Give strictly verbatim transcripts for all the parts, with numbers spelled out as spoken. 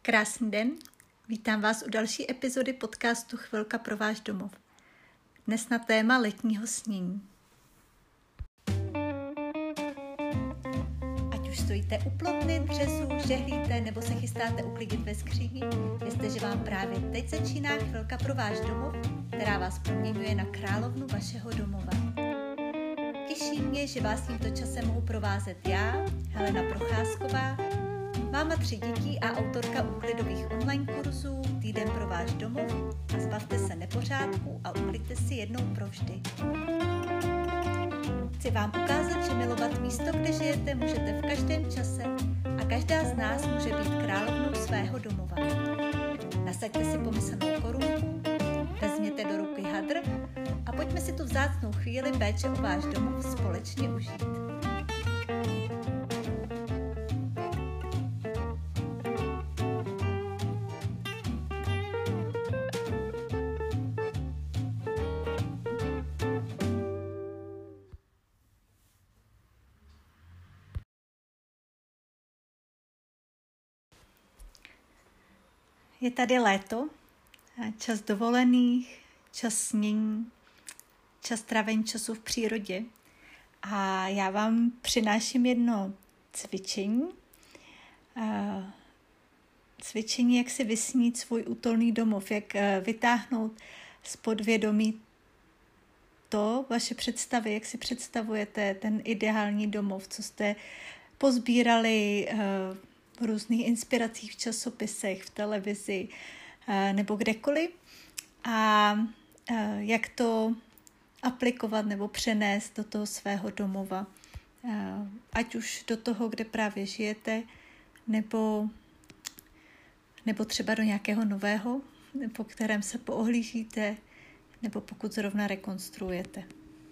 Krásný den, vítám vás u další epizody podcastu Chvilka pro váš domov. Dnes na téma letního snění. Ať už stojíte u plotny, dřezu, žehlíte nebo se chystáte uklidit ve skříni, vězte, že vám právě teď začíná Chvilka pro váš domov, která vás proměňuje na královnu vašeho domova. Těší mě, že vás tímto časem mohu provázet já, Helena Procházková, máma tři dětí a autorka úklidových online kurzů Týden pro váš domov a zbavte se nepořádku a ukliďte si jednou provždy. Chci vám ukázat, že milovat místo, kde žijete, můžete v každém čase a každá z nás může být královnou svého domova. Nasaďte si pomyslnou korunku, vezměte do ruky hadr a pojďme si tu vzácnou chvíli péče o váš domov společně užít. Je tady léto, čas dovolených, čas snění, čas trávení času v přírodě a já vám přináším jedno cvičení. Cvičení, jak si vysnít svůj útulný domov, jak vytáhnout z podvědomí to, vaše představy, jak si představujete ten ideální domov, co jste pozbírali v různých inspiracích v časopisech, v televizi nebo kdekoliv a jak to aplikovat nebo přenést do toho svého domova. Ať už do toho, kde právě žijete, nebo, nebo třeba do nějakého nového, po kterém se poohlížíte, nebo pokud zrovna rekonstruujete.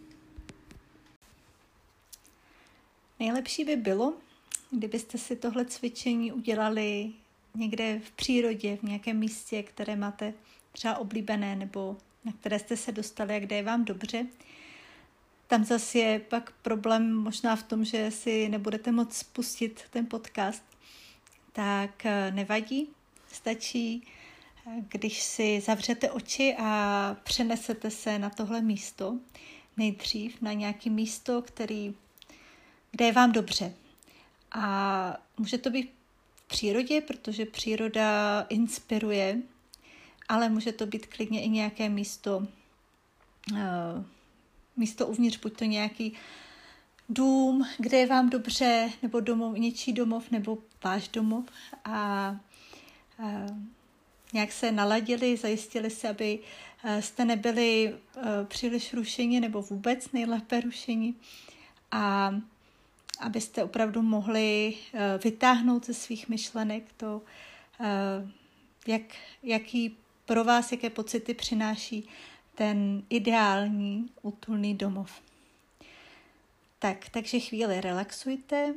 Nejlepší by bylo, kdybyste si tohle cvičení udělali někde v přírodě, v nějakém místě, které máte třeba oblíbené nebo na které jste se dostali a kde je vám dobře. Tam zase je pak problém možná v tom, že si nebudete moct spustit ten podcast. Tak nevadí, stačí, když si zavřete oči a přenesete se na tohle místo. Nejdřív na nějaké místo, který, kde je vám dobře. A může to být v přírodě, protože příroda inspiruje, ale může to být klidně i nějaké místo, místo uvnitř, buď to nějaký dům, kde je vám dobře, nebo domov, něčí domov, nebo váš domov. A, a nějak se naladili, zajistili se, aby jste nebyli příliš rušeni, nebo vůbec nejlépe rušeni. A abyste opravdu mohli vytáhnout ze svých myšlenek to, jak, jaký pro vás, jaké pocity přináší ten ideální útulný domov. Tak, takže chvíli relaxujte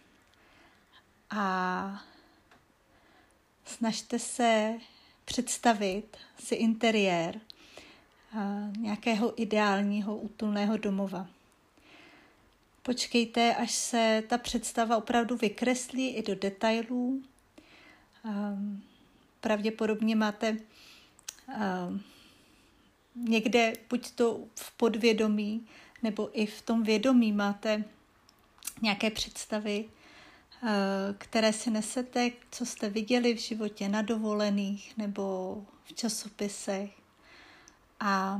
a snažte se představit si interiér nějakého ideálního útulného domova. Počkejte, až se ta představa opravdu vykreslí i do detailů. Um, pravděpodobně máte um, někde, buď to v podvědomí, nebo i v tom vědomí máte nějaké představy, uh, které si nesete, co jste viděli v životě na dovolených nebo v časopisech. A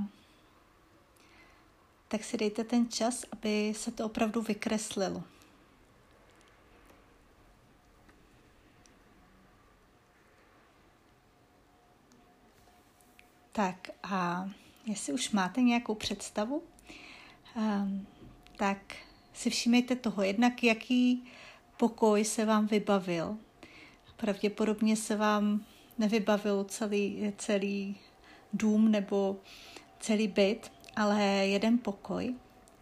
tak si dejte ten čas, aby se to opravdu vykreslilo. Tak a jestli už máte nějakou představu, um, tak si všímejte toho jednak, jaký pokoj se vám vybavil. Pravděpodobně se vám nevybavil celý, celý dům nebo celý byt, ale jeden pokoj.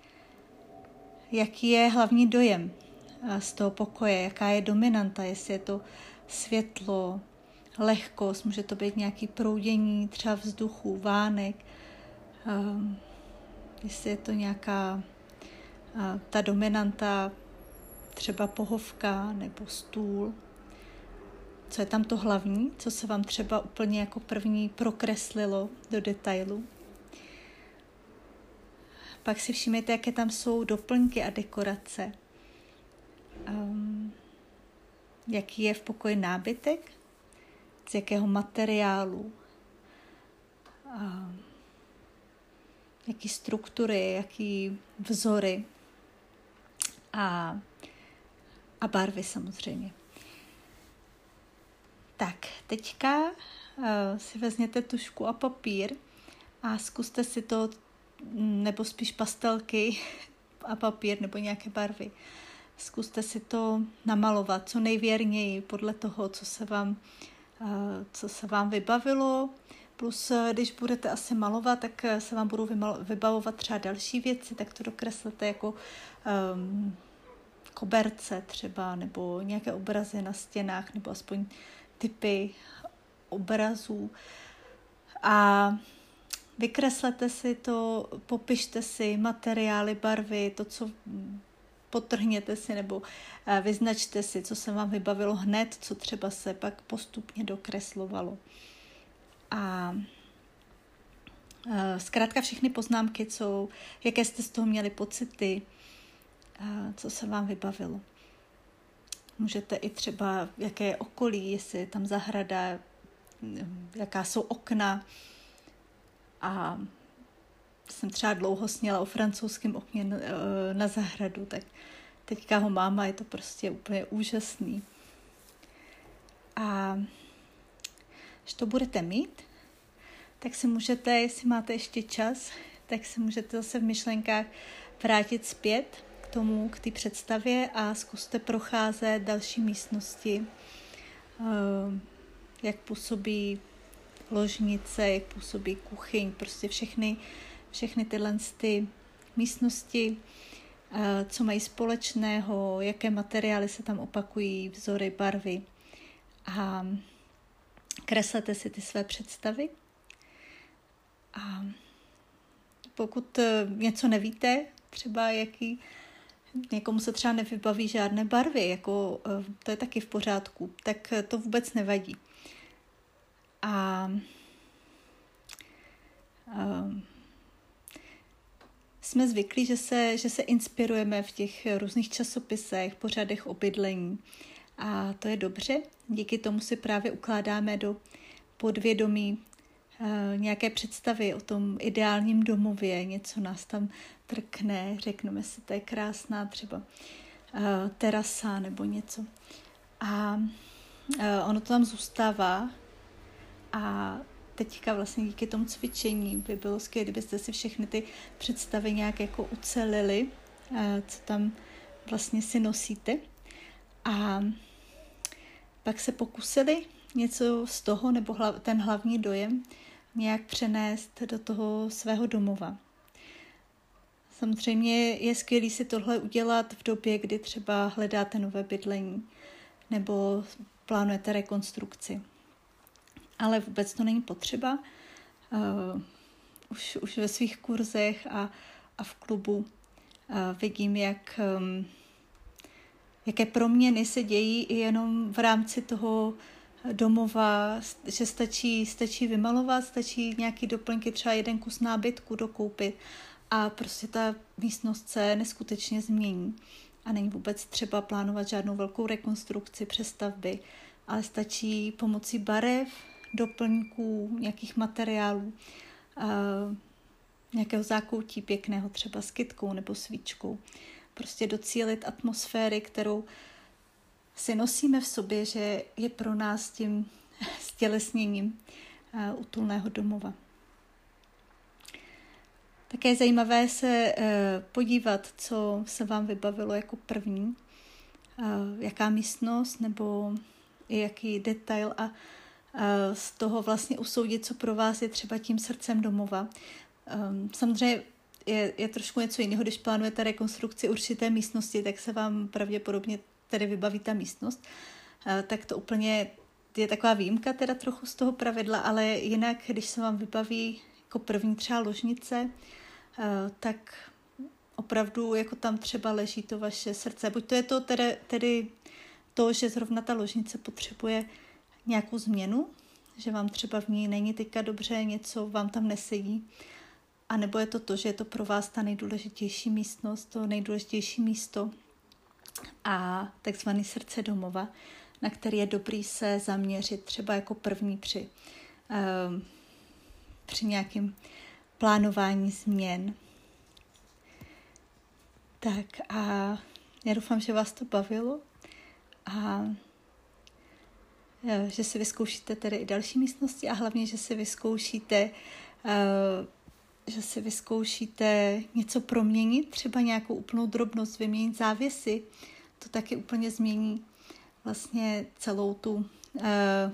Jaký je hlavní dojem z toho pokoje, jaká je dominanta, jestli je to světlo, lehkost, může to být nějaké proudění třeba vzduchu, vánek, um, jestli je to nějaká uh, ta dominanta, třeba pohovka nebo stůl. co je tam to hlavní, co se vám třeba úplně jako první prokreslilo do detailu. Pak si všimněte, jaké tam jsou doplňky a dekorace. Um, jaký je v pokoji nábytek, z jakého materiálu, um, jaký struktury, jaký vzory a, a barvy samozřejmě. Tak, teďka uh, si vezměte tužku a papír a zkuste si to, nebo spíš pastelky a papír nebo nějaké barvy. Zkuste si to namalovat co nejvěrněji podle toho, co se vám, uh, co se vám vybavilo. Plus, když budete asi malovat, tak se vám budou vybavovat třeba další věci, tak to dokreslete jako um, koberce třeba, nebo nějaké obrazy na stěnách, nebo aspoň typy obrazů. A vykreslete si to, popište si materiály, barvy, to, co podtrhněte si, nebo vyznačte si, co se vám vybavilo hned, co třeba se pak postupně dokreslovalo. A zkrátka všechny poznámky, co, jaké jste z toho měli pocity, co se vám vybavilo. Můžete i třeba, jaké je okolí, jestli je tam zahrada, jaká jsou okna. A jsem třeba dlouho sněla o francouzském okně na, na zahradu, tak teďka ho mám a je to prostě úplně úžasný. A když to budete mít, tak si můžete, jestli máte ještě čas, tak si můžete zase v myšlenkách vrátit zpět k tomu, k té představě a zkuste procházet další místnosti, jak působí ložnice, jak působí kuchyň, prostě všechny, všechny tyhle ty místnosti, co mají společného, jaké materiály se tam opakují, vzory, barvy. A kreslete si ty své představy. A pokud něco nevíte, třeba jaký, někomu se třeba nevybaví žádné barvy, jako to je taky v pořádku, tak to vůbec nevadí. A, a jsme zvyklí, že se, že se inspirujeme v těch různých časopisech, pořadech o bydlení. A to je dobře. Díky tomu si právě ukládáme do podvědomí e, nějaké představy o tom ideálním domově. Něco nás tam trkne, řekneme si, to je krásná třeba e, terasa nebo něco. A e, ono to tam zůstává. A teďka vlastně díky tomu cvičení by bylo skvělé, kdybyste si všechny ty představy nějak jako ucelili, co tam vlastně si nosíte. A pak se pokusili něco z toho, nebo ten hlavní dojem, nějak přenést do toho svého domova. Samozřejmě je skvělé si tohle udělat v době, kdy třeba hledáte nové bydlení nebo plánujete rekonstrukci. Ale vůbec to není potřeba. Uh, už, už ve svých kurzech a, a v klubu uh, vidím, jak, um, jaké proměny se dějí i jenom v rámci toho domova, že stačí, stačí vymalovat, stačí nějaký doplňky, třeba jeden kus nábytku dokoupit a prostě ta místnost se neskutečně změní. A není vůbec třeba plánovat žádnou velkou rekonstrukci, přestavby, ale stačí pomocí barev, doplňků, nějakých materiálů, nějakého zákoutí pěkného, třeba s kytkou nebo svíčkou. Prostě docílit atmosféry, kterou si nosíme v sobě, že je pro nás tím stělesněním útulného domova. Také je zajímavé se podívat, co se vám vybavilo jako první, jaká místnost nebo jaký detail a z toho vlastně usoudit, co pro vás je třeba tím srdcem domova. Samozřejmě je, je trošku něco jiného, když plánujete rekonstrukci určité místnosti, tak se vám pravděpodobně tedy vybaví ta místnost. Tak to úplně je taková výjimka teda trochu z toho pravidla, ale jinak, když se vám vybaví jako první třeba ložnice, tak opravdu jako tam třeba leží to vaše srdce. Buď to je to tedy, tedy to, že zrovna ta ložnice potřebuje nějakou změnu, že vám třeba v ní není teďka dobře, něco vám tam nesedí. A nebo je to to, že je to pro vás ta nejdůležitější místnost, to nejdůležitější místo a takzvaný srdce domova, na který je dobrý se zaměřit třeba jako první při, um, při nějakém plánování změn. Tak a já doufám, že vás to bavilo a že si vyzkoušíte tedy i další místnosti a hlavně, že si vyzkoušíte uh, že si vyzkoušíte něco proměnit, třeba nějakou úplnou drobnost, vyměnit závěsy. To taky úplně změní vlastně celou tu uh,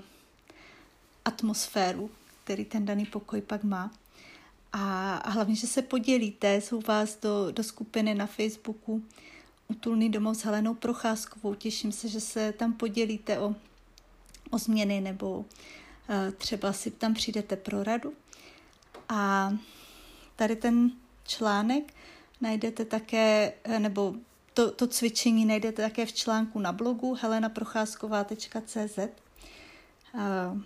atmosféru, který ten daný pokoj pak má. A, a hlavně, že se podělíte, jsou vás do, do skupiny na Facebooku Útulný domov s Helenou Procházkovou. Těším se, že se tam podělíte o, o změny nebo uh, třeba si tam přijdete pro radu. A tady ten článek najdete také, nebo to, to cvičení najdete také v článku na blogu helena procházková tečka cé zet. A,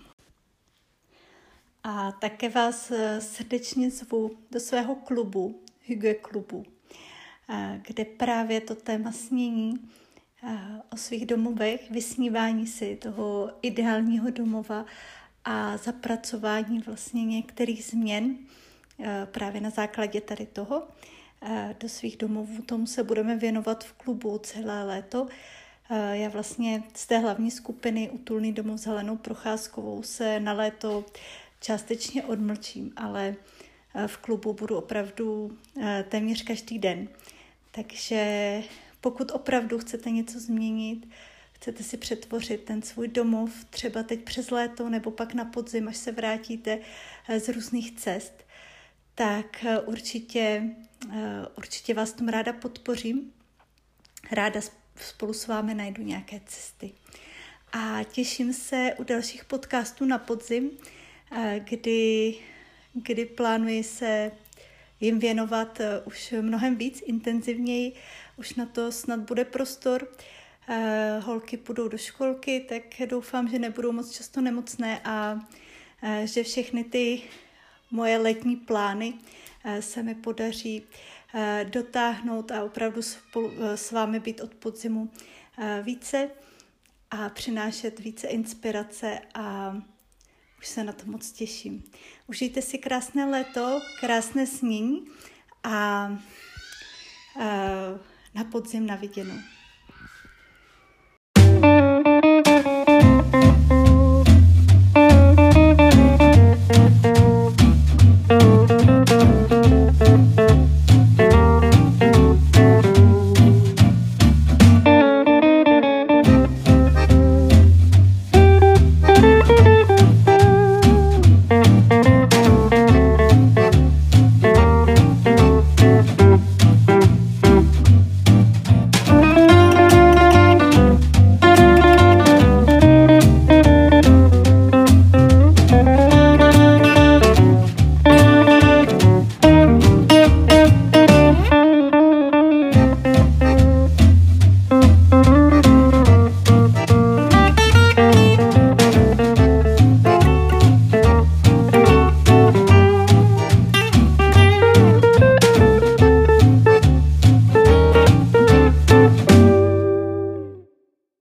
a také vás srdečně zvu do svého klubu, Hygge klubu, kde právě to téma snění o svých domovech, vysnívání si toho ideálního domova a zapracování vlastně některých změn právě na základě tady toho do svých domovů. Tomu se budeme věnovat v klubu celé léto. Já vlastně z té hlavní skupiny Útulný domov s Helenou Procházkovou se na léto částečně odmlčím, ale v klubu budu opravdu téměř každý den. Takže pokud opravdu chcete něco změnit, chcete si přetvořit ten svůj domov, třeba teď přes léto nebo pak na podzim, až se vrátíte z různých cest, tak určitě, určitě vás tom ráda podpořím. Ráda spolu s vámi najdu nějaké cesty. A těším se u dalších podcastů na podzim, kdy, kdy plánuji se jim věnovat už mnohem víc, intenzivněji. Už na to snad bude prostor. Holky půjdou do školky, tak doufám, že nebudou moc často nemocné a že všechny ty moje letní plány se mi podaří dotáhnout a opravdu spolu s vámi být od podzimu více a přinášet více inspirace a už se na to moc těším. Užijte si krásné léto, krásné snění a na podzim na viděnou.